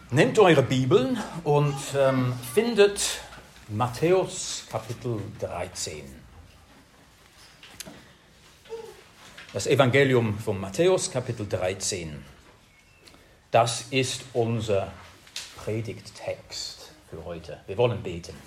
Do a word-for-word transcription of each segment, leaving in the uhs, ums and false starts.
Nehmt eure Bibeln und ähm, findet Matthäus Kapitel dreizehn. Das Evangelium von Matthäus Kapitel dreizehn. Das ist unser Predigttext für heute. Wir wollen beten.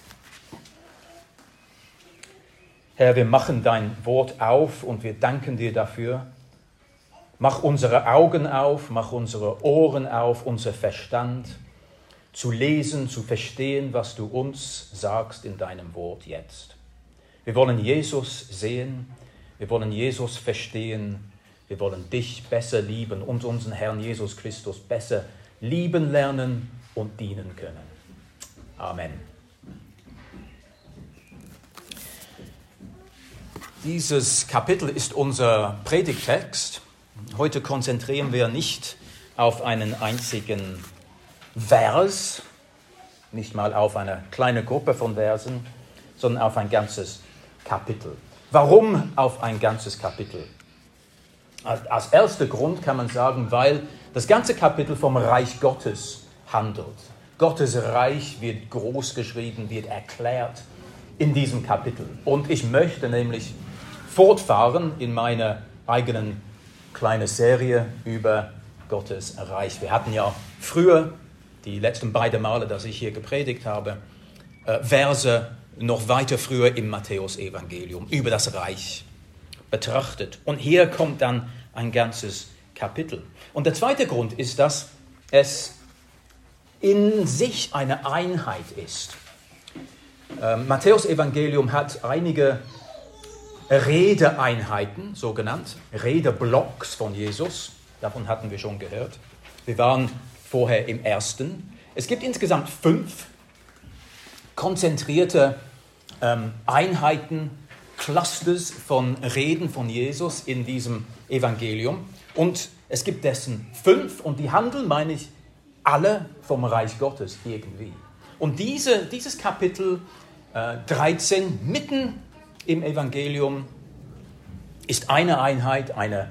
Herr, wir machen dein Wort auf und wir danken dir dafür. Mach unsere Augen auf, mach unsere Ohren auf, unser Verstand, zu lesen, zu verstehen, was du uns sagst in deinem Wort jetzt. Wir wollen Jesus sehen, wir wollen Jesus verstehen, wir wollen dich besser lieben und unseren Herrn Jesus Christus besser lieben lernen und dienen können. Amen. Dieses Kapitel ist unser Predigttext. Heute konzentrieren wir nicht auf einen einzigen Vers, nicht mal auf eine kleine Gruppe von Versen, sondern auf ein ganzes Kapitel. Warum auf ein ganzes Kapitel? Als erster Grund kann man sagen, weil das ganze Kapitel vom Reich Gottes handelt. Gottes Reich wird groß geschrieben, wird erklärt in diesem Kapitel. Und ich möchte nämlich fortfahren in meiner eigenen kleine Serie über Gottes Reich. Wir hatten ja früher, die letzten beiden Male, dass ich hier gepredigt habe, äh, Verse noch weiter früher im Matthäus-Evangelium über das Reich betrachtet. Und hier kommt dann ein ganzes Kapitel. Und der zweite Grund ist, dass es in sich eine Einheit ist. Äh, Matthäus-Evangelium hat einige Redeeinheiten, so genannt, Redeblocks von Jesus. Davon hatten wir schon gehört. Wir waren vorher im ersten. Es gibt insgesamt fünf konzentrierte ähm, Einheiten, Clusters von Reden von Jesus in diesem Evangelium. Und es gibt dessen fünf und die handeln, meine ich, alle vom Reich Gottes irgendwie. Und diese, dieses Kapitel äh, dreizehn, mitten im Evangelium, ist eine Einheit, eine,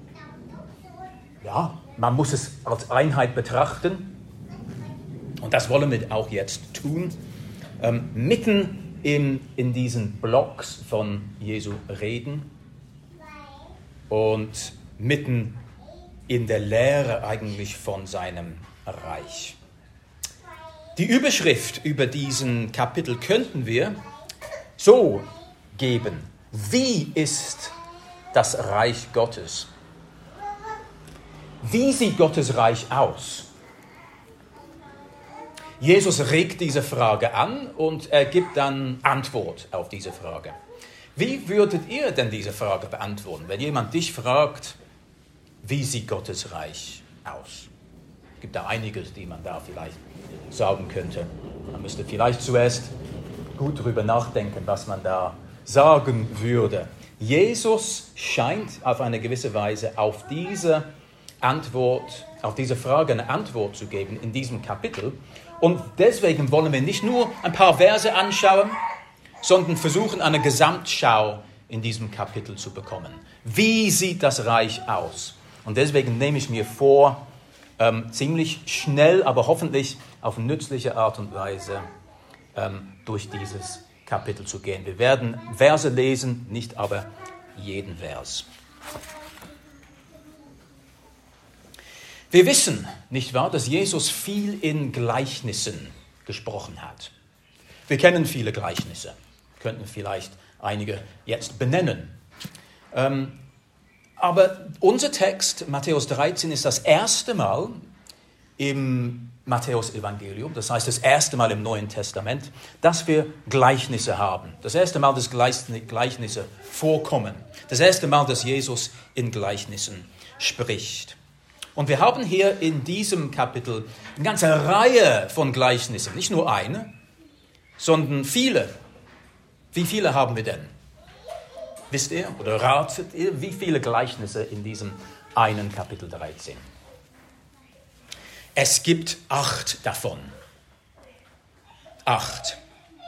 ja, man muss es als Einheit betrachten. Und das wollen wir auch jetzt tun. Ähm, mitten in, in diesen Blocks von Jesu Reden und mitten in der Lehre eigentlich von seinem Reich. Die Überschrift über diesen Kapitel könnten wir so geben. Wie ist das Reich Gottes? Wie sieht Gottes Reich aus? Jesus regt diese Frage an und er gibt dann Antwort auf diese Frage. Wie würdet ihr denn diese Frage beantworten, wenn jemand dich fragt, wie sieht Gottes Reich aus? Es gibt da einiges, die man da vielleicht sagen könnte. Man müsste vielleicht zuerst gut darüber nachdenken, was man da sagen würde. Jesus scheint auf eine gewisse Weise auf diese Antwort, auf diese Frage eine Antwort zu geben in diesem Kapitel. Und deswegen wollen wir nicht nur ein paar Verse anschauen, sondern versuchen, eine Gesamtschau in diesem Kapitel zu bekommen. Wie sieht das Reich aus? Und deswegen nehme ich mir vor, ähm, ziemlich schnell, aber hoffentlich auf nützliche Art und Weise ähm, durch dieses Kapitel zu gehen. Wir werden Verse lesen, nicht aber jeden Vers. Wir wissen, nicht wahr, dass Jesus viel in Gleichnissen gesprochen hat. Wir kennen viele Gleichnisse, könnten vielleicht einige jetzt benennen. Ähm, aber unser Text, Matthäus dreizehn, ist das erste Mal im Matthäus-Evangelium, das heißt das erste Mal im Neuen Testament, dass wir Gleichnisse haben. Das erste Mal, dass Gleichnisse vorkommen. Das erste Mal, dass Jesus in Gleichnissen spricht. Und wir haben hier in diesem Kapitel eine ganze Reihe von Gleichnissen. Nicht nur eine, sondern viele. Wie viele haben wir denn? Wisst ihr oder ratet ihr, wie viele Gleichnisse in diesem einen Kapitel dreizehn? Es gibt acht davon. Acht.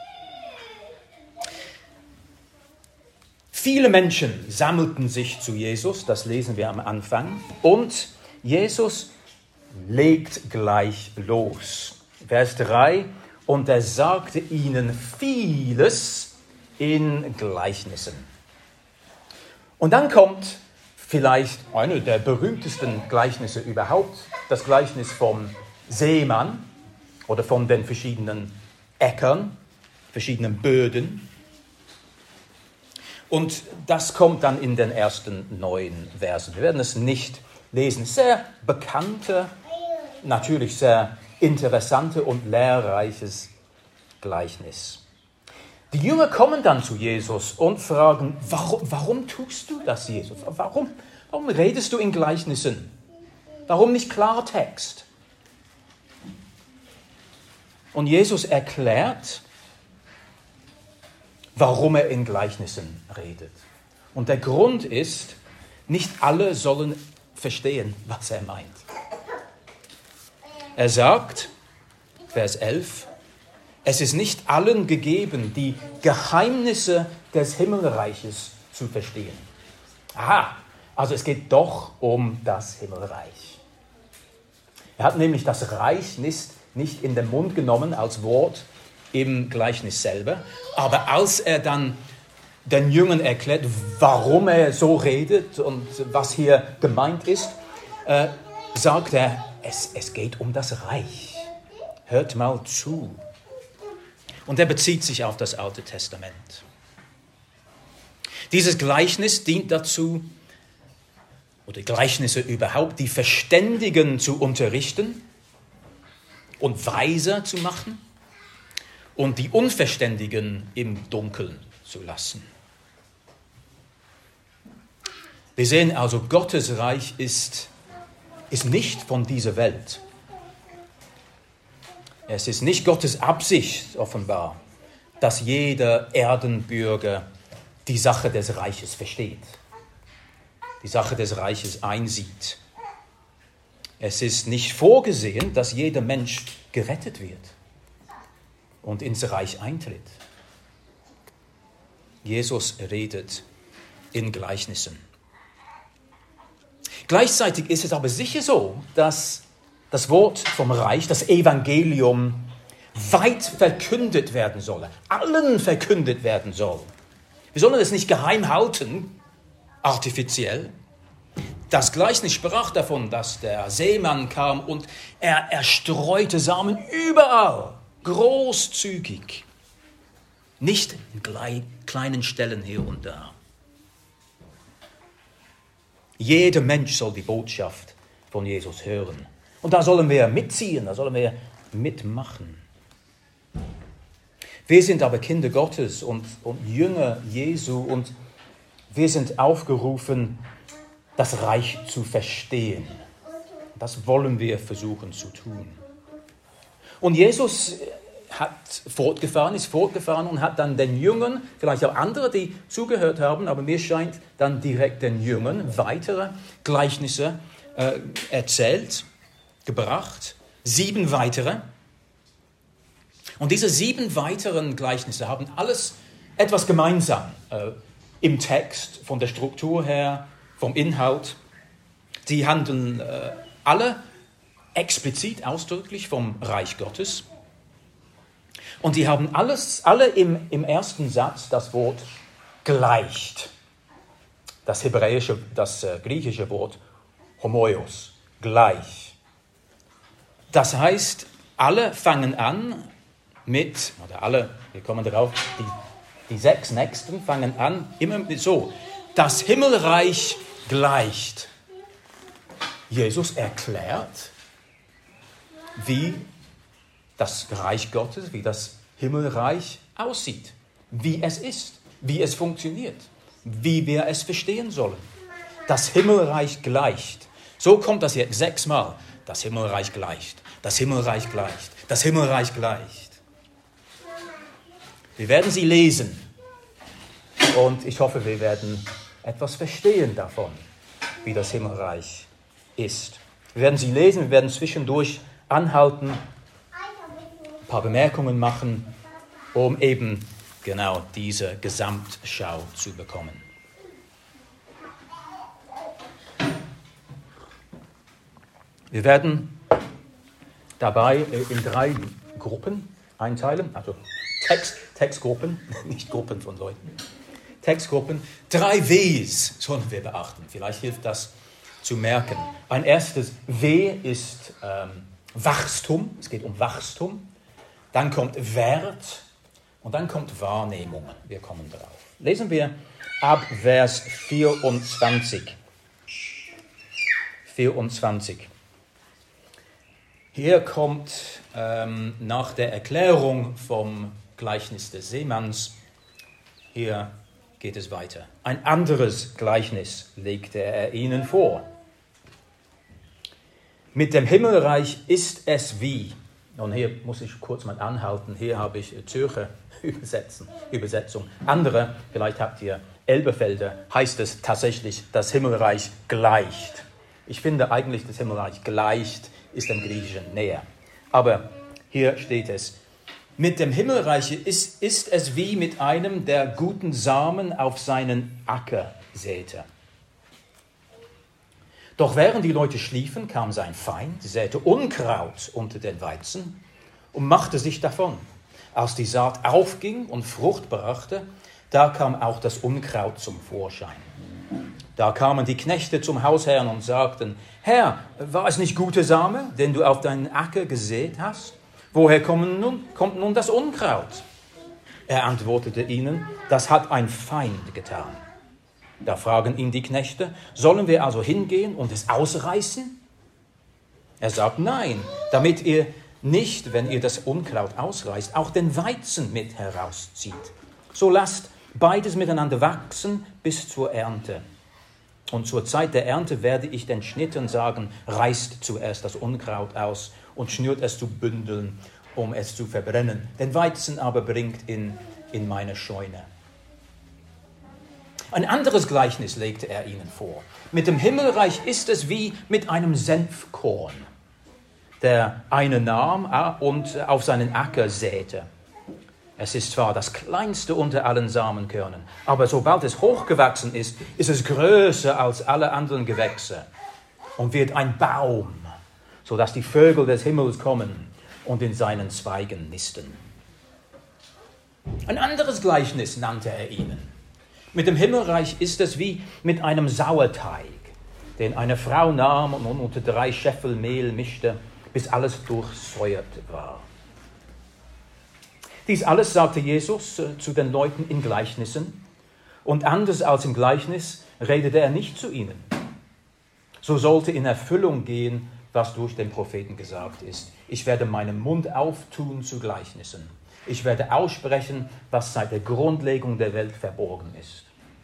Viele Menschen sammelten sich zu Jesus, das lesen wir am Anfang, und Jesus legt gleich los. Vers drei, und er sagte ihnen vieles in Gleichnissen. Und dann kommt vielleicht eine der berühmtesten Gleichnisse überhaupt, das Gleichnis vom Seemann oder von den verschiedenen Äckern, verschiedenen Böden. Und das kommt dann in den ersten neun Versen. Wir werden es nicht lesen. Sehr bekannte, natürlich sehr interessante und lehrreiches Gleichnis. Die Jünger kommen dann zu Jesus und fragen, warum, warum tust du das, Jesus? Warum, warum redest du in Gleichnissen? Warum nicht Klartext? Und Jesus erklärt, warum er in Gleichnissen redet. Und der Grund ist, nicht alle sollen verstehen, was er meint. Er sagt, Vers elf, es ist nicht allen gegeben, die Geheimnisse des Himmelreiches zu verstehen. Aha, also es geht doch um das Himmelreich. Er hat nämlich das Reich nicht, nicht in den Mund genommen als Wort im Gleichnis selber, aber als er dann den Jüngern erklärt, warum er so redet und was hier gemeint ist, äh, sagt er, es, es geht um das Reich. Hört mal zu. Und er bezieht sich auf das Alte Testament. Dieses Gleichnis dient dazu, oder Gleichnisse überhaupt, die Verständigen zu unterrichten und weiser zu machen und die Unverständigen im Dunkeln zu lassen. Wir sehen also, Gottes Reich ist, ist nicht von dieser Welt. Es ist nicht Gottes Absicht, offenbar, dass jeder Erdenbürger die Sache des Reiches versteht, die Sache des Reiches einsieht. Es ist nicht vorgesehen, dass jeder Mensch gerettet wird und ins Reich eintritt. Jesus redet in Gleichnissen. Gleichzeitig ist es aber sicher so, dass das Wort vom Reich, das Evangelium, weit verkündet werden soll, allen verkündet werden soll. Wir sollen es nicht geheim halten, artifiziell. Das Gleichnis sprach davon, dass der Seemann kam und er, er streute Samen überall, großzügig, nicht in kleinen Stellen hier und da. Jeder Mensch soll die Botschaft von Jesus hören. Und da sollen wir mitziehen, da sollen wir mitmachen. Wir sind aber Kinder Gottes und, und Jünger Jesu und wir sind aufgerufen, das Reich zu verstehen. Das wollen wir versuchen zu tun. Und Jesus hat fortgefahren, ist fortgefahren und hat dann den Jüngern, vielleicht auch andere, die zugehört haben, aber mir scheint dann direkt den Jüngern weitere Gleichnisse äh, erzählt, gebracht, sieben weitere. Und diese sieben weiteren Gleichnisse haben alles etwas gemeinsam äh, im Text, von der Struktur her, vom Inhalt. Die handeln äh, alle explizit, ausdrücklich vom Reich Gottes. Und die haben alles, alle im, im ersten Satz das Wort gleicht. Das hebräische, das äh, griechische Wort homoios, gleich. Das heißt, alle fangen an mit, oder alle, wir kommen darauf, die, die sechs Nächsten fangen an immer mit so, das Himmelreich gleicht. Jesus erklärt, wie das Reich Gottes, wie das Himmelreich aussieht, wie es ist, wie es funktioniert, wie wir es verstehen sollen. Das Himmelreich gleicht. So kommt das jetzt sechsmal. Das Himmelreich gleicht, das Himmelreich gleicht, das Himmelreich gleicht. Wir werden sie lesen und ich hoffe, wir werden etwas verstehen davon, wie das Himmelreich ist. Wir werden sie lesen, wir werden zwischendurch anhalten, ein paar Bemerkungen machen, um eben genau diese Gesamtschau zu bekommen. Wir werden dabei in drei Gruppen einteilen, also Text, Textgruppen, nicht Gruppen von Leuten. Textgruppen. Drei Ws sollen wir beachten. Vielleicht hilft das zu merken. Ein erstes W ist ähm, Wachstum. Es geht um Wachstum. Dann kommt Wert und dann kommt Wahrnehmung. Wir kommen darauf. Lesen wir ab Vers vierundzwanzig. vierundzwanzig. Hier kommt ähm, nach der Erklärung vom Gleichnis des Seemanns, hier geht es weiter. Ein anderes Gleichnis legte er ihnen vor. Mit dem Himmelreich ist es wie, und hier muss ich kurz mal anhalten, hier habe ich Zürcher Übersetzen, Übersetzung. Andere, vielleicht habt ihr Elberfelder, heißt es tatsächlich, das Himmelreich gleicht. Ich finde eigentlich, das Himmelreich gleicht ist dem Griechischen näher. Aber hier steht es, mit dem Himmelreich ist, ist es wie mit einem, der guten Samen auf seinen Acker säte. Doch während die Leute schliefen, kam sein Feind, säte Unkraut unter den Weizen und machte sich davon. Als die Saat aufging und Frucht brachte, da kam auch das Unkraut zum Vorschein. Da kamen die Knechte zum Hausherrn und sagten, Herr, war es nicht guter Same, den du auf deinen Acker gesät hast? Woher kommt nun, kommt nun das Unkraut? Er antwortete ihnen, das hat ein Feind getan. Da fragen ihn die Knechte, sollen wir also hingehen und es ausreißen? Er sagt, nein, damit ihr nicht, wenn ihr das Unkraut ausreißt, auch den Weizen mit herauszieht. So lasst beides miteinander wachsen bis zur Ernte. Und zur Zeit der Ernte werde ich den Schnittern sagen, reißt zuerst das Unkraut aus und schnürt es zu Bündeln, um es zu verbrennen. Den Weizen aber bringt in, in meine Scheune. Ein anderes Gleichnis legte er ihnen vor. Mit dem Himmelreich ist es wie mit einem Senfkorn, der eine nahm und auf seinen Acker säte. Es ist zwar das kleinste unter allen Samenkörnern, aber sobald es hochgewachsen ist, ist es größer als alle anderen Gewächse und wird ein Baum, sodass die Vögel des Himmels kommen und in seinen Zweigen nisten. Ein anderes Gleichnis nannte er ihnen. Mit dem Himmelreich ist es wie mit einem Sauerteig, den eine Frau nahm und unter drei Scheffel Mehl mischte, bis alles durchsäuert war. Dies alles sagte Jesus äh, zu den Leuten in Gleichnissen, und anders als im Gleichnis redete er nicht zu ihnen. So sollte in Erfüllung gehen, was durch den Propheten gesagt ist. Ich werde meinen Mund auftun zu Gleichnissen. Ich werde aussprechen, was seit der Grundlegung der Welt verborgen ist.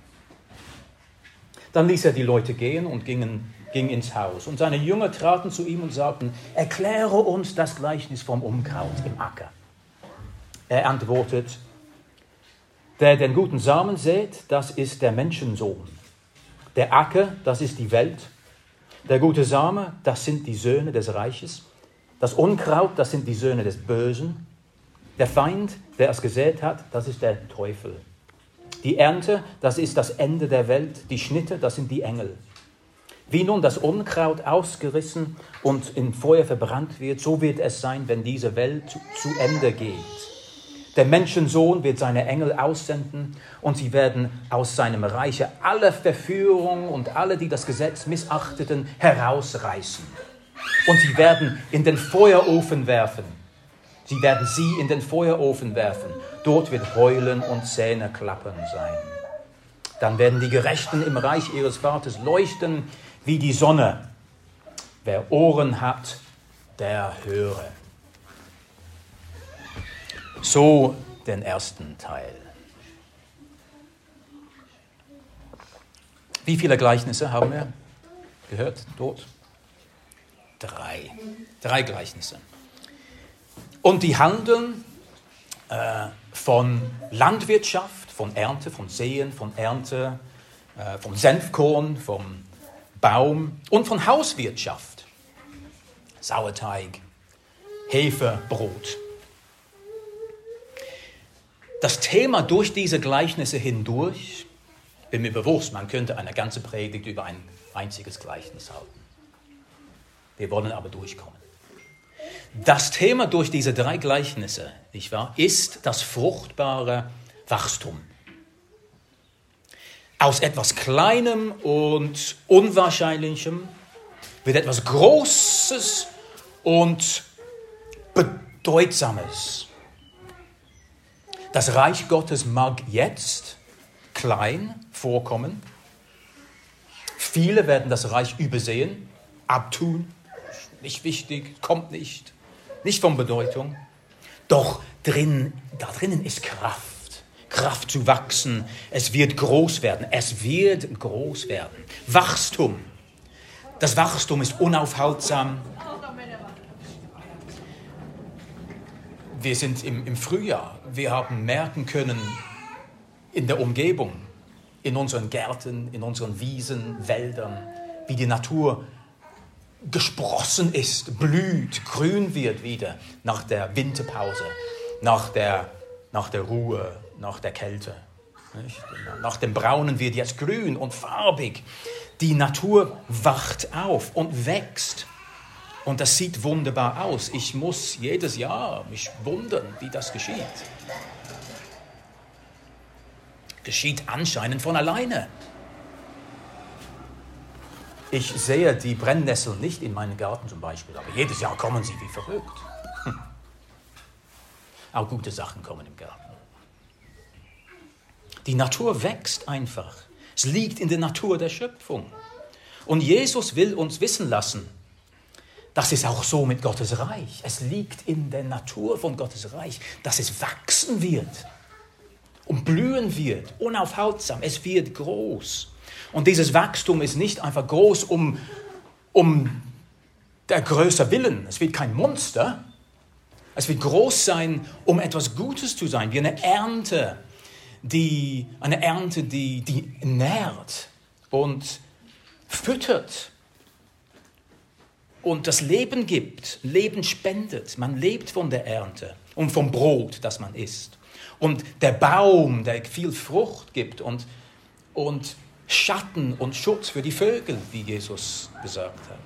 Dann ließ er die Leute gehen und gingen, ging ins Haus. Und seine Jünger traten zu ihm und sagten, erkläre uns das Gleichnis vom Unkraut im Acker. Er antwortet, der den guten Samen sät, das ist der Menschensohn. Der Acker, das ist die Welt. Der gute Same, das sind die Söhne des Reiches. Das Unkraut, das sind die Söhne des Bösen. Der Feind, der es gesät hat, das ist der Teufel. Die Ernte, das ist das Ende der Welt. Die Schnitte, das sind die Engel. Wie nun das Unkraut ausgerissen und im Feuer verbrannt wird, so wird es sein, wenn diese Welt zu, zu Ende geht. Der Menschensohn wird seine Engel aussenden und sie werden aus seinem Reiche alle Verführung und alle, die das Gesetz missachteten, herausreißen. Und sie werden in den Feuerofen werfen. Sie werden sie in den Feuerofen werfen. Dort wird Heulen und Zähneklappern sein. Dann werden die Gerechten im Reich ihres Vaters leuchten wie die Sonne. Wer Ohren hat, der höre. So den ersten Teil. Wie viele Gleichnisse haben wir gehört dort? Drei. Drei Gleichnisse. Und die handeln äh, von Landwirtschaft, von Ernte, von Säen, von Ernte, äh, vom Senfkorn, vom Baum und von Hauswirtschaft. Sauerteig, Hefe, Brot. Das Thema durch diese Gleichnisse hindurch, bin mir bewusst, man könnte eine ganze Predigt über ein einziges Gleichnis halten. Wir wollen aber durchkommen. Das Thema durch diese drei Gleichnisse, nicht wahr, ist das fruchtbare Wachstum. Aus etwas Kleinem und Unwahrscheinlichem wird etwas Großes und Bedeutsames. Das Reich Gottes mag jetzt klein vorkommen. Viele werden das Reich übersehen, abtun, nicht wichtig, kommt nicht, nicht von Bedeutung. Doch drin, da drinnen ist Kraft, Kraft zu wachsen. Es wird groß werden, es wird groß werden. Wachstum. Das Wachstum ist unaufhaltsam. Wir sind im, im Frühjahr. Wir haben merken können in der Umgebung, in unseren Gärten, in unseren Wiesen, Wäldern, wie die Natur gesprossen ist, blüht, grün wird wieder nach der Winterpause, nach der, nach der Ruhe, nach der Kälte. Nicht? Nach dem Braunen wird jetzt grün und farbig. Die Natur wacht auf und wächst. Und das sieht wunderbar aus. Ich muss jedes Jahr mich wundern, wie das geschieht. Geschieht anscheinend von alleine. Ich sehe die Brennnesseln nicht in meinem Garten zum Beispiel, aber jedes Jahr kommen sie wie verrückt. Hm. Auch gute Sachen kommen im Garten. Die Natur wächst einfach. Es liegt in der Natur der Schöpfung. Und Jesus will uns wissen lassen, das ist auch so mit Gottes Reich. Es liegt in der Natur von Gottes Reich, dass es wachsen wird und blühen wird, unaufhaltsam. Es wird groß. Und dieses Wachstum ist nicht einfach groß um, um der Größe willen. Es wird kein Monster. Es wird groß sein, um etwas Gutes zu sein, wie eine Ernte, die, eine Ernte, die, die nährt und füttert und das Leben gibt, Leben spendet. Man lebt von der Ernte und vom Brot, das man isst. Und der Baum, der viel Frucht gibt und, und Schatten und Schutz für die Vögel, wie Jesus gesagt hat.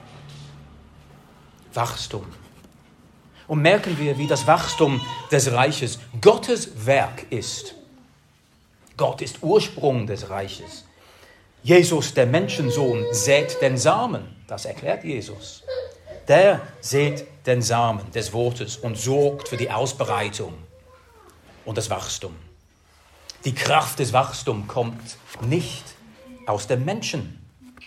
Wachstum. Und merken wir, wie das Wachstum des Reiches Gottes Werk ist. Gott ist Ursprung des Reiches. Jesus, der Menschensohn, sät den Samen. Das erklärt Jesus. Der sät den Samen des Wortes und sorgt für die Ausbreitung und das Wachstum. Die Kraft des Wachstums kommt nicht aus dem Menschen.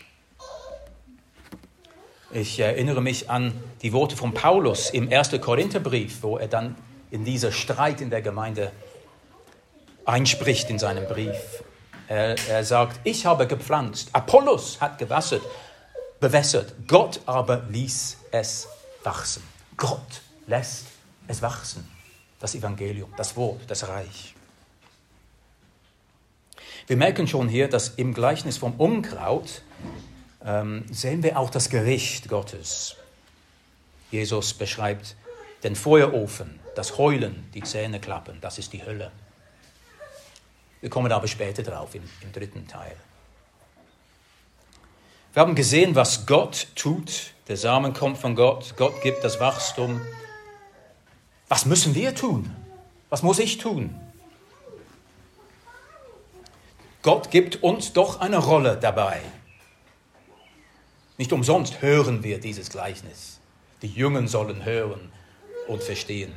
Ich erinnere mich an die Worte von Paulus im ersten Korintherbrief, wo er dann in dieser Streit in der Gemeinde einspricht in seinem Brief. Er, er sagt, ich habe gepflanzt, Apollos hat gewassert, bewässert, Gott aber ließ es wachsen. Gott lässt es wachsen. Das Evangelium, das Wort, das Reich. Wir merken schon hier, dass im Gleichnis vom Unkraut ähm, sehen wir auch das Gericht Gottes. Jesus beschreibt den Feuerofen, das Heulen, die Zähne klappen, das ist die Hölle. Wir kommen aber später drauf im, im dritten Teil. Wir haben gesehen, was Gott tut. Der Samen kommt von Gott. Gott gibt das Wachstum. Was müssen wir tun? Was muss ich tun? Gott gibt uns doch eine Rolle dabei. Nicht umsonst hören wir dieses Gleichnis. Die Jungen sollen hören und verstehen.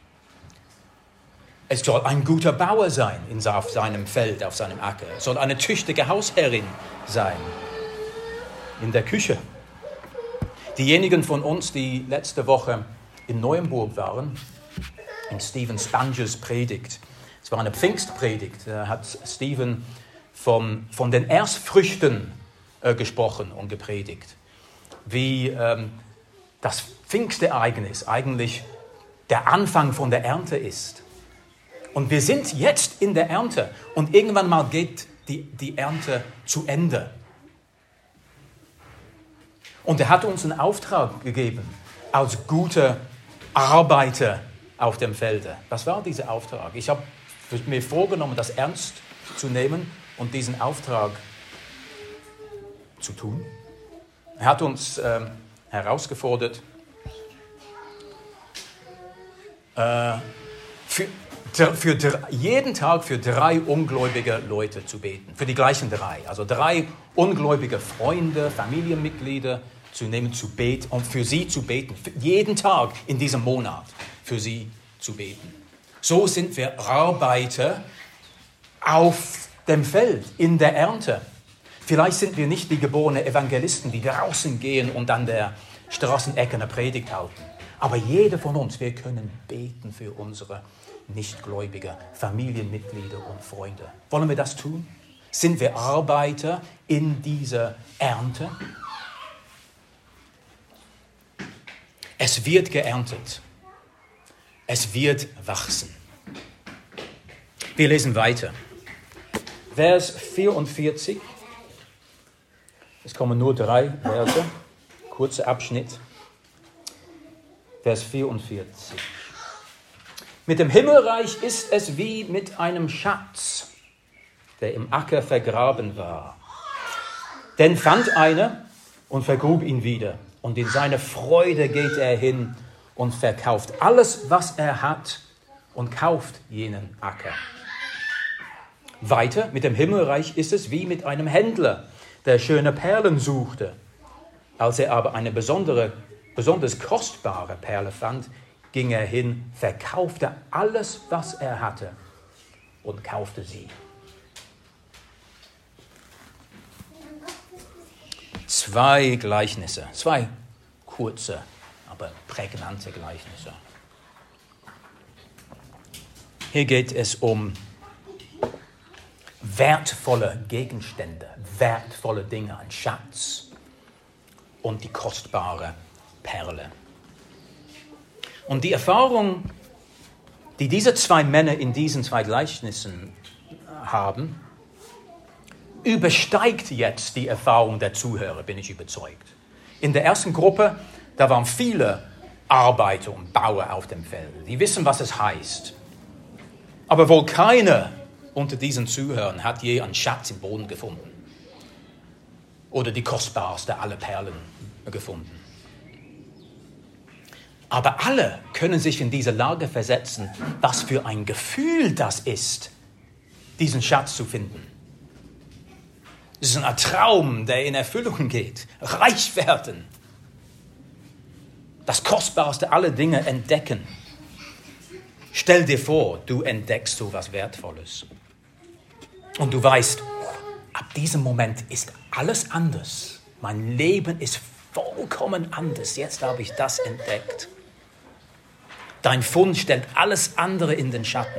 Es soll ein guter Bauer sein auf seinem Feld, auf seinem Acker. Es soll eine tüchtige Hausherrin sein in der Küche. Diejenigen von uns, die letzte Woche in Neuenburg waren, in Stephen Spangers Predigt, es war eine Pfingstpredigt, da hat Stephen vom, von den Erstfrüchten äh, gesprochen und gepredigt. Wie ähm, das Pfingstereignis eigentlich der Anfang von der Ernte ist. Und wir sind jetzt in der Ernte und irgendwann mal geht die, die Ernte zu Ende. Und er hat uns einen Auftrag gegeben als gute Arbeiter auf dem Felde. Was war dieser Auftrag? Ich habe mir vorgenommen, das ernst zu nehmen und diesen Auftrag zu tun. Er hat uns äh, herausgefordert, äh, für, für jeden Tag für drei ungläubige Leute zu beten. Für die gleichen drei. Also drei ungläubige Freunde, Familienmitglieder zu nehmen, zu beten und für sie zu beten. Für jeden Tag in diesem Monat für sie zu beten. So sind wir Arbeiter auf dem Feld, in der Ernte. Vielleicht sind wir nicht die geborenen Evangelisten, die draußen gehen und an der Straßenecke eine Predigt halten. Aber jeder von uns, wir können beten für unsere Nichtgläubige, Familienmitglieder und Freunde. Wollen wir das tun? Sind wir Arbeiter in dieser Ernte? Es wird geerntet. Es wird wachsen. Wir lesen weiter. Vers vierundvierzig. Es kommen nur drei Verse. Kurzer Abschnitt. Vers vierundvierzig. Mit dem Himmelreich ist es wie mit einem Schatz, der im Acker vergraben war. Denn fand einer und vergrub ihn wieder. Und in seine Freude geht er hin und verkauft alles, was er hat, und kauft jenen Acker. Weiter, mit dem Himmelreich ist es wie mit einem Händler, der schöne Perlen suchte. Als er aber eine besondere, besonders kostbare Perle fand, ging er hin, verkaufte alles, was er hatte, und kaufte sie. Zwei Gleichnisse, zwei kurze, aber prägnante Gleichnisse. Hier geht es um wertvolle Gegenstände, wertvolle Dinge, ein Schatz und die kostbare Perle. Und die Erfahrung, die diese zwei Männer in diesen zwei Gleichnissen haben, übersteigt jetzt die Erfahrung der Zuhörer, bin ich überzeugt. In der ersten Gruppe, da waren viele Arbeiter und Bauer auf dem Feld. Die wissen, was es heißt. Aber wohl keiner unter diesen Zuhörern hat je einen Schatz im Boden gefunden. Oder die kostbarste aller Perlen gefunden. Aber alle können sich in diese Lage versetzen, was für ein Gefühl das ist, diesen Schatz zu finden. Es ist ein Traum, der in Erfüllung geht. Reich werden. Das Kostbarste aller Dinge entdecken. Stell dir vor, du entdeckst so etwas Wertvolles. Und du weißt, ab diesem Moment ist alles anders. Mein Leben ist vollkommen anders. Jetzt habe ich das entdeckt. Dein Fund stellt alles andere in den Schatten.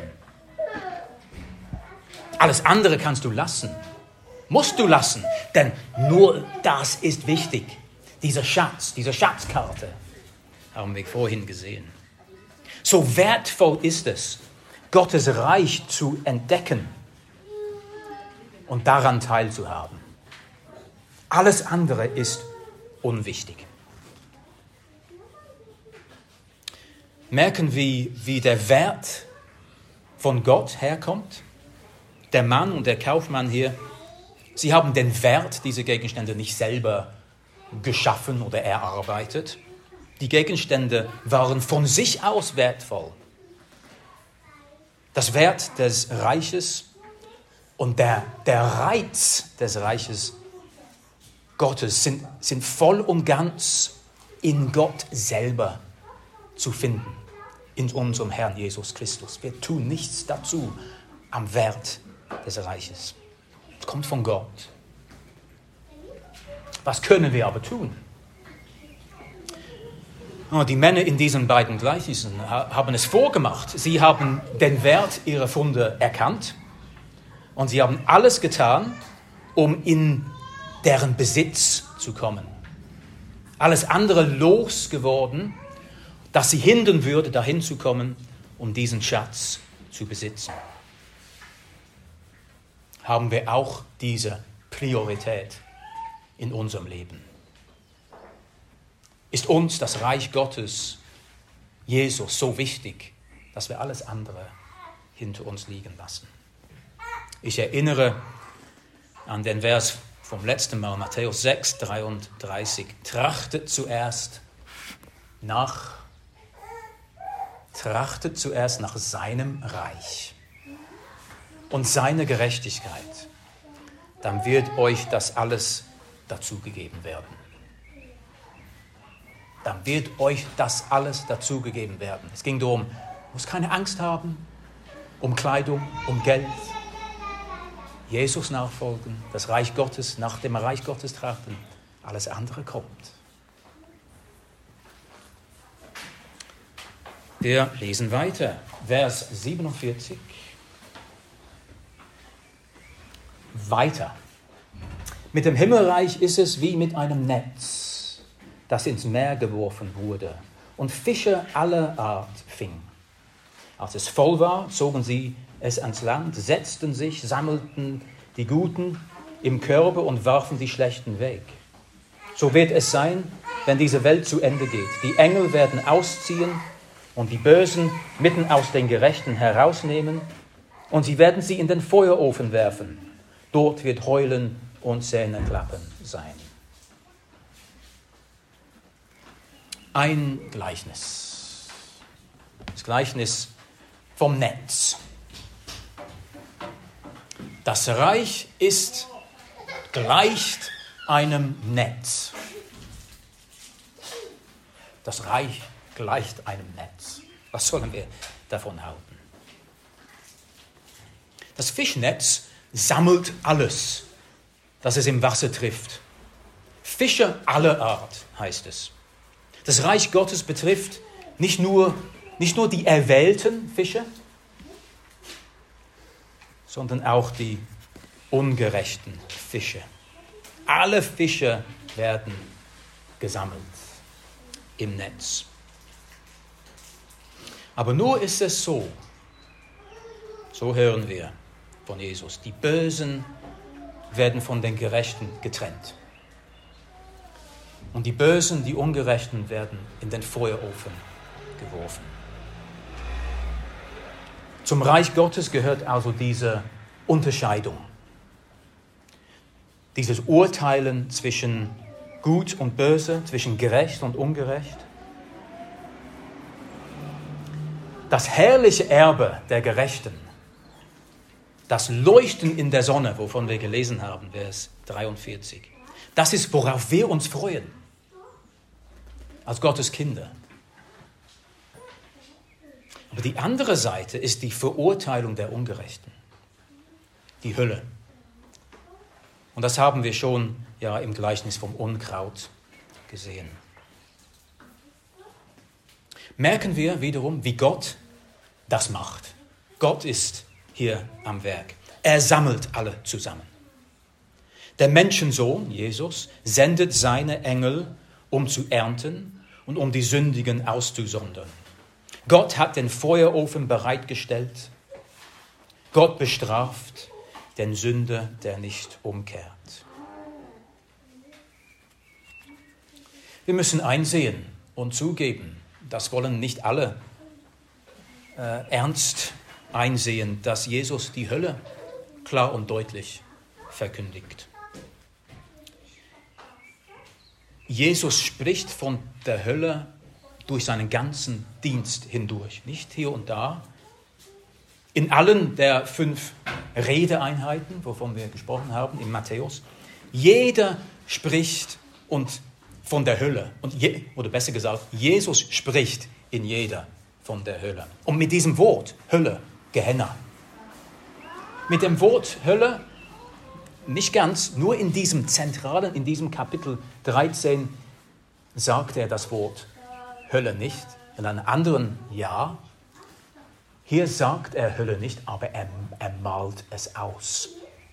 Alles andere kannst du lassen. Musst du lassen, denn nur das ist wichtig. Dieser Schatz, diese Schatzkarte, haben wir vorhin gesehen. So wertvoll ist es, Gottes Reich zu entdecken und daran teilzuhaben. Alles andere ist unwichtig. Merken wir, wie der Wert von Gott herkommt? Der Mann und der Kaufmann hier, sie haben den Wert dieser Gegenstände nicht selber geschaffen oder erarbeitet. Die Gegenstände waren von sich aus wertvoll. Das Wert des Reiches und der, der Reiz des Reiches Gottes sind, sind voll und ganz in Gott selber zu finden, in unserem Herrn Jesus Christus. Wir tun nichts dazu am Wert des Reiches. Es kommt von Gott. Was können wir aber tun? Die Männer in diesen beiden Gleichnissen haben es vorgemacht. Sie haben den Wert ihrer Funde erkannt und sie haben alles getan, um in deren Besitz zu kommen. Alles andere losgeworden, das sie hindern würde, dahin zu kommen, um diesen Schatz zu besitzen. Haben wir auch diese Priorität in unserem Leben? Ist uns das Reich Gottes, Jesus, so wichtig, dass wir alles andere hinter uns liegen lassen? Ich erinnere an den Vers vom letzten Mal, Matthäus sechs, dreiunddreißig. Trachtet zuerst nach trachtet zuerst nach seinem Reich und seine Gerechtigkeit, dann wird euch das alles dazugegeben werden. Dann wird euch das alles dazugegeben werden. Es ging darum, du musst keine Angst haben, um Kleidung, um Geld. Jesus nachfolgen, das Reich Gottes, nach dem Reich Gottes trachten. Alles andere kommt. Wir lesen weiter. Vers siebenundvierzig. Weiter. Mit dem Himmelreich ist es wie mit einem Netz, das ins Meer geworfen wurde und Fische aller Art fing. Als es voll war, zogen sie es ans Land, setzten sich, sammelten die Guten im Körbe und warfen die Schlechten weg. So wird es sein, wenn diese Welt zu Ende geht. Die Engel werden ausziehen und die Bösen mitten aus den Gerechten herausnehmen und sie werden sie in den Feuerofen werfen. Dort wird Heulen und Zähneklappen sein. Ein Gleichnis. Das Gleichnis vom Netz. Das Reich ist gleicht einem Netz. Das Reich gleicht einem Netz. Was sollen wir davon halten? Das Fischnetz sammelt alles, das es im Wasser trifft. Fische aller Art, heißt es. Das Reich Gottes betrifft nicht nur, nicht nur die erwählten Fische, sondern auch die ungerechten Fische. Alle Fische werden gesammelt im Netz. Aber nur ist es so, so hören wir von Jesus, die Bösen werden von den Gerechten getrennt. Und die Bösen, die Ungerechten werden in den Feuerofen geworfen. Zum Reich Gottes gehört also diese Unterscheidung. Dieses Urteilen zwischen Gut und Böse, zwischen gerecht und ungerecht. Das herrliche Erbe der Gerechten, das Leuchten in der Sonne, wovon wir gelesen haben, Vers dreiundvierzig, das ist, worauf wir uns freuen, als Gottes Kinder. Aber die andere Seite ist die Verurteilung der Ungerechten, die Hölle. Und das haben wir schon ja im Gleichnis vom Unkraut gesehen. Merken wir wiederum, wie Gott das macht. Gott ist hier am Werk. Er sammelt alle zusammen. Der Menschensohn, Jesus, sendet seine Engel, um zu ernten und um die Sündigen auszusondern. Gott hat den Feuerofen bereitgestellt. Gott bestraft den Sünder, der nicht umkehrt. Wir müssen einsehen und zugeben, das wollen nicht alle äh, ernst einsehen, dass Jesus die Hölle klar und deutlich verkündigt. Jesus spricht von der Hölle durch seinen ganzen Dienst hindurch, nicht hier und da. In allen der fünf Redeeinheiten, wovon wir gesprochen haben, in Matthäus, jeder spricht und von der Hölle. Und je, oder besser gesagt, Jesus spricht in jeder von der Hölle. Und mit diesem Wort, Hölle, Gehenna. Mit dem Wort Hölle, nicht ganz, nur in diesem zentralen, in diesem Kapitel dreizehn, sagt er das Wort Hölle nicht. In einem anderen ja. Hier sagt er Hölle nicht, aber er, er malt es aus.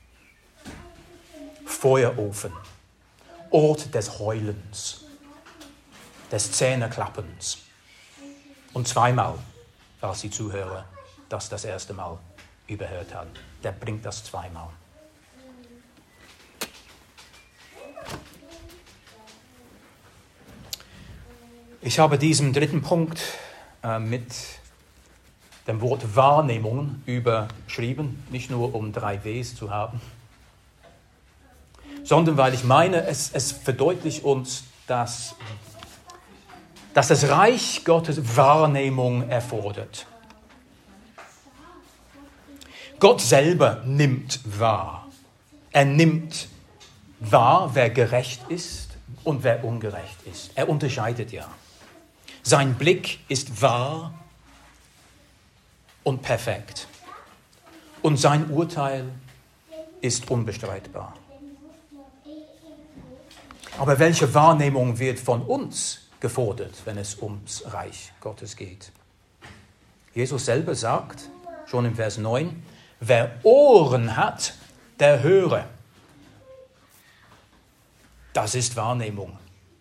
Feuerofen, Ort des Heulens, des Zähneklappens. Und zweimal, falls die Zuhörer das das erste Mal überhört haben. Der bringt das zweimal. Ich habe diesen dritten Punkt äh, mit dem Wort Wahrnehmung überschrieben, nicht nur um drei Ws zu haben, sondern weil ich meine, es, es verdeutlicht uns, dass dass das Reich Gottes Wahrnehmung erfordert. Gott selber nimmt wahr. Er nimmt wahr, wer gerecht ist und wer ungerecht ist. Er unterscheidet ja. Sein Blick ist wahr und perfekt. Und sein Urteil ist unbestreitbar. Aber welche Wahrnehmung wird von uns gefordert, wenn es ums Reich Gottes geht? Jesus selber sagt, schon im Vers neun, wer Ohren hat, der höre. Das ist Wahrnehmung.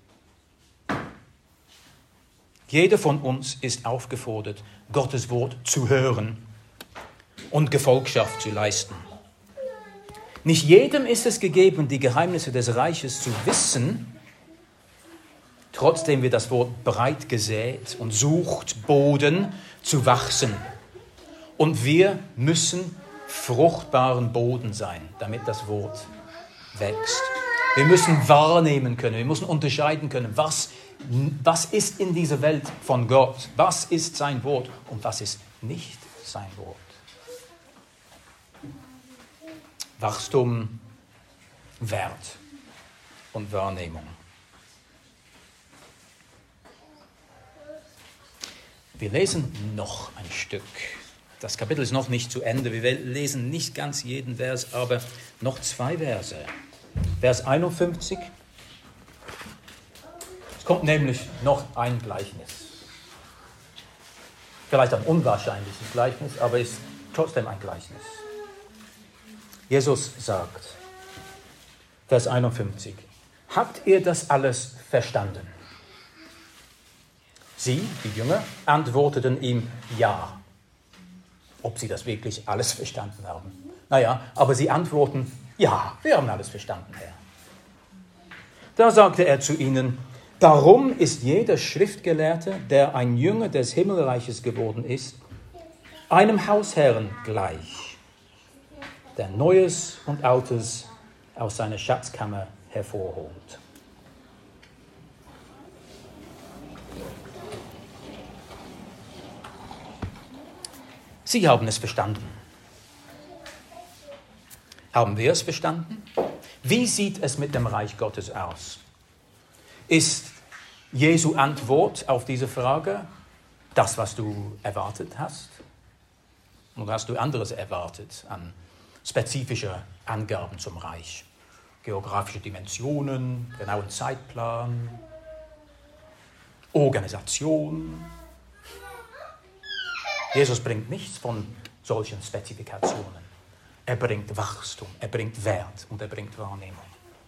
Jeder von uns ist aufgefordert, Gottes Wort zu hören und Gefolgschaft zu leisten. Nicht jedem ist es gegeben, die Geheimnisse des Reiches zu wissen, trotzdem wird das Wort breit gesät und sucht Boden zu wachsen. Und wir müssen fruchtbaren Boden sein, damit das Wort wächst. Wir müssen wahrnehmen können, wir müssen unterscheiden können, was, was ist in dieser Welt von Gott, was ist sein Wort und was ist nicht sein Wort. Wachstum, Wert und Wahrnehmung. Wir lesen noch ein Stück. Das Kapitel ist noch nicht zu Ende. Wir lesen nicht ganz jeden Vers, aber noch zwei Verse. Vers einundfünfzig. Es kommt nämlich noch ein Gleichnis. Vielleicht ein unwahrscheinliches Gleichnis, aber es ist trotzdem ein Gleichnis. Jesus sagt, Vers einundfünfzig, habt ihr das alles verstanden? Sie, die Jünger, antworteten ihm ja. Ob sie das wirklich alles verstanden haben? Naja, aber sie antworten, ja, wir haben alles verstanden, Herr. Da sagte er zu ihnen, darum ist jeder Schriftgelehrte, der ein Jünger des Himmelreiches geworden ist, einem Hausherrn gleich, der Neues und Altes aus seiner Schatzkammer hervorholt. Sie haben es verstanden. Haben wir es verstanden? Wie sieht es mit dem Reich Gottes aus? Ist Jesu Antwort auf diese Frage das, was du erwartet hast? Oder hast du anderes erwartet an spezifische Angaben zum Reich? Geografische Dimensionen, genauen Zeitplan, Organisation. Jesus bringt nichts von solchen Spezifikationen. Er bringt Wachstum, er bringt Wert und er bringt Wahrnehmung.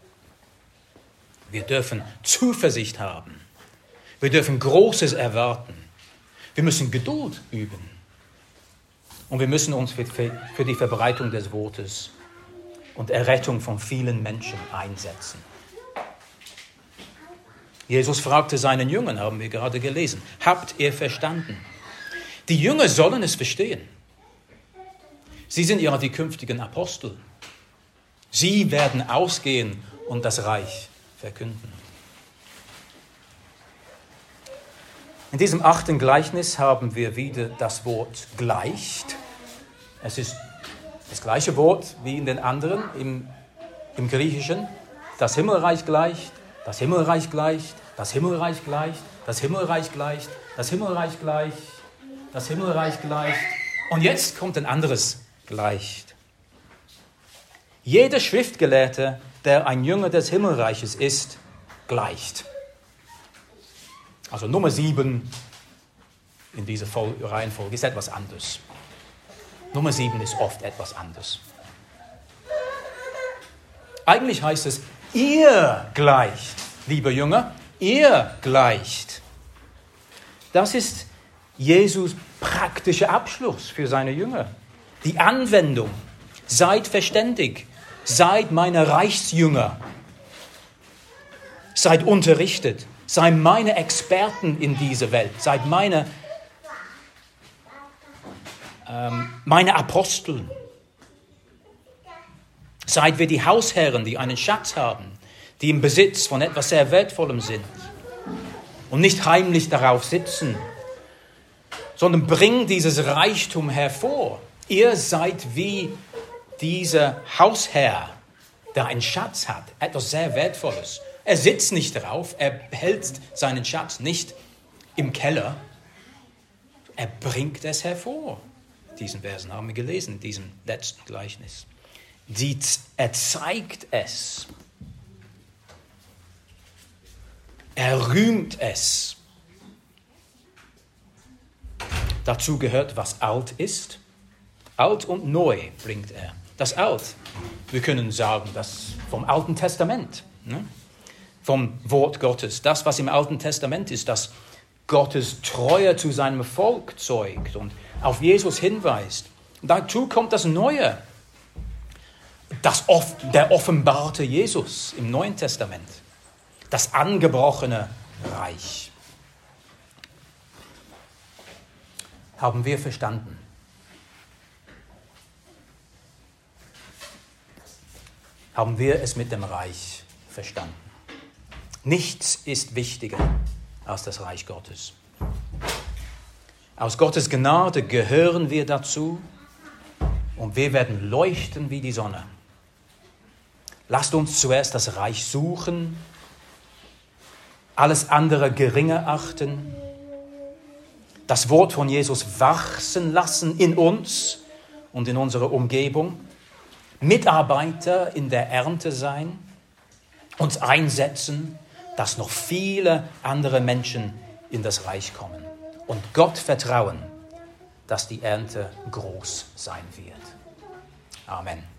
Wir dürfen Zuversicht haben. Wir dürfen Großes erwarten. Wir müssen Geduld üben. Und wir müssen uns für, für die Verbreitung des Wortes und Errettung von vielen Menschen einsetzen. Jesus fragte seinen Jüngern, haben wir gerade gelesen, habt ihr verstanden? Die Jünger sollen es verstehen. Sie sind ja die künftigen Apostel. Sie werden ausgehen und das Reich verkünden. In diesem achten Gleichnis haben wir wieder das Wort gleicht. Es ist das gleiche Wort wie in den anderen im, im Griechischen. Das Himmelreich gleicht, das Himmelreich gleicht, das Himmelreich gleicht, das Himmelreich gleicht, das Himmelreich gleicht, das Himmelreich gleicht. Und jetzt kommt ein anderes gleicht. Jeder Schriftgelehrte, der ein Jünger des Himmelreiches ist, gleicht. Also Nummer sieben in dieser Reihenfolge ist etwas anders. Nummer sieben ist oft etwas anders. Eigentlich heißt es, ihr gleicht, liebe Jünger, ihr gleicht. Das ist Jesus praktischer Abschluss für seine Jünger. Die Anwendung. Seid verständig. Seid meine Reichsjünger. Seid unterrichtet. Seid meine Experten in dieser Welt. Seid meine, ähm, meine Apostel. Seid wir die Hausherren, die einen Schatz haben, die im Besitz von etwas sehr Wertvollem sind. und nicht heimlich darauf sitzen, sondern bring dieses Reichtum hervor. Ihr seid wie dieser Hausherr, der einen Schatz hat, etwas sehr Wertvolles. Er sitzt nicht drauf, er behält seinen Schatz nicht im Keller, er bringt es hervor. Diesen Versen haben wir gelesen, in diesem letzten Gleichnis. Die, er zeigt es. Er rühmt es. Dazu gehört, was alt ist. Alt und neu bringt er. Das Alt, wir können sagen, das vom Alten Testament, ne? Vom Wort Gottes. Das, was im Alten Testament ist, das Gottes Treue zu seinem Volk zeugt und auf Jesus hinweist. Dazu kommt das Neue, das off- der offenbarte Jesus im Neuen Testament, das angebrochene Reich. Haben wir verstanden? Haben wir es mit dem Reich verstanden? Nichts ist wichtiger als das Reich Gottes. Aus Gottes Gnade gehören wir dazu und wir werden leuchten wie die Sonne. Lasst uns zuerst das Reich suchen, alles andere geringer achten, das Wort von Jesus wachsen lassen in uns und in unserer Umgebung, Mitarbeiter in der Ernte sein, uns einsetzen, dass noch viele andere Menschen in das Reich kommen und Gott vertrauen, dass die Ernte groß sein wird. Amen.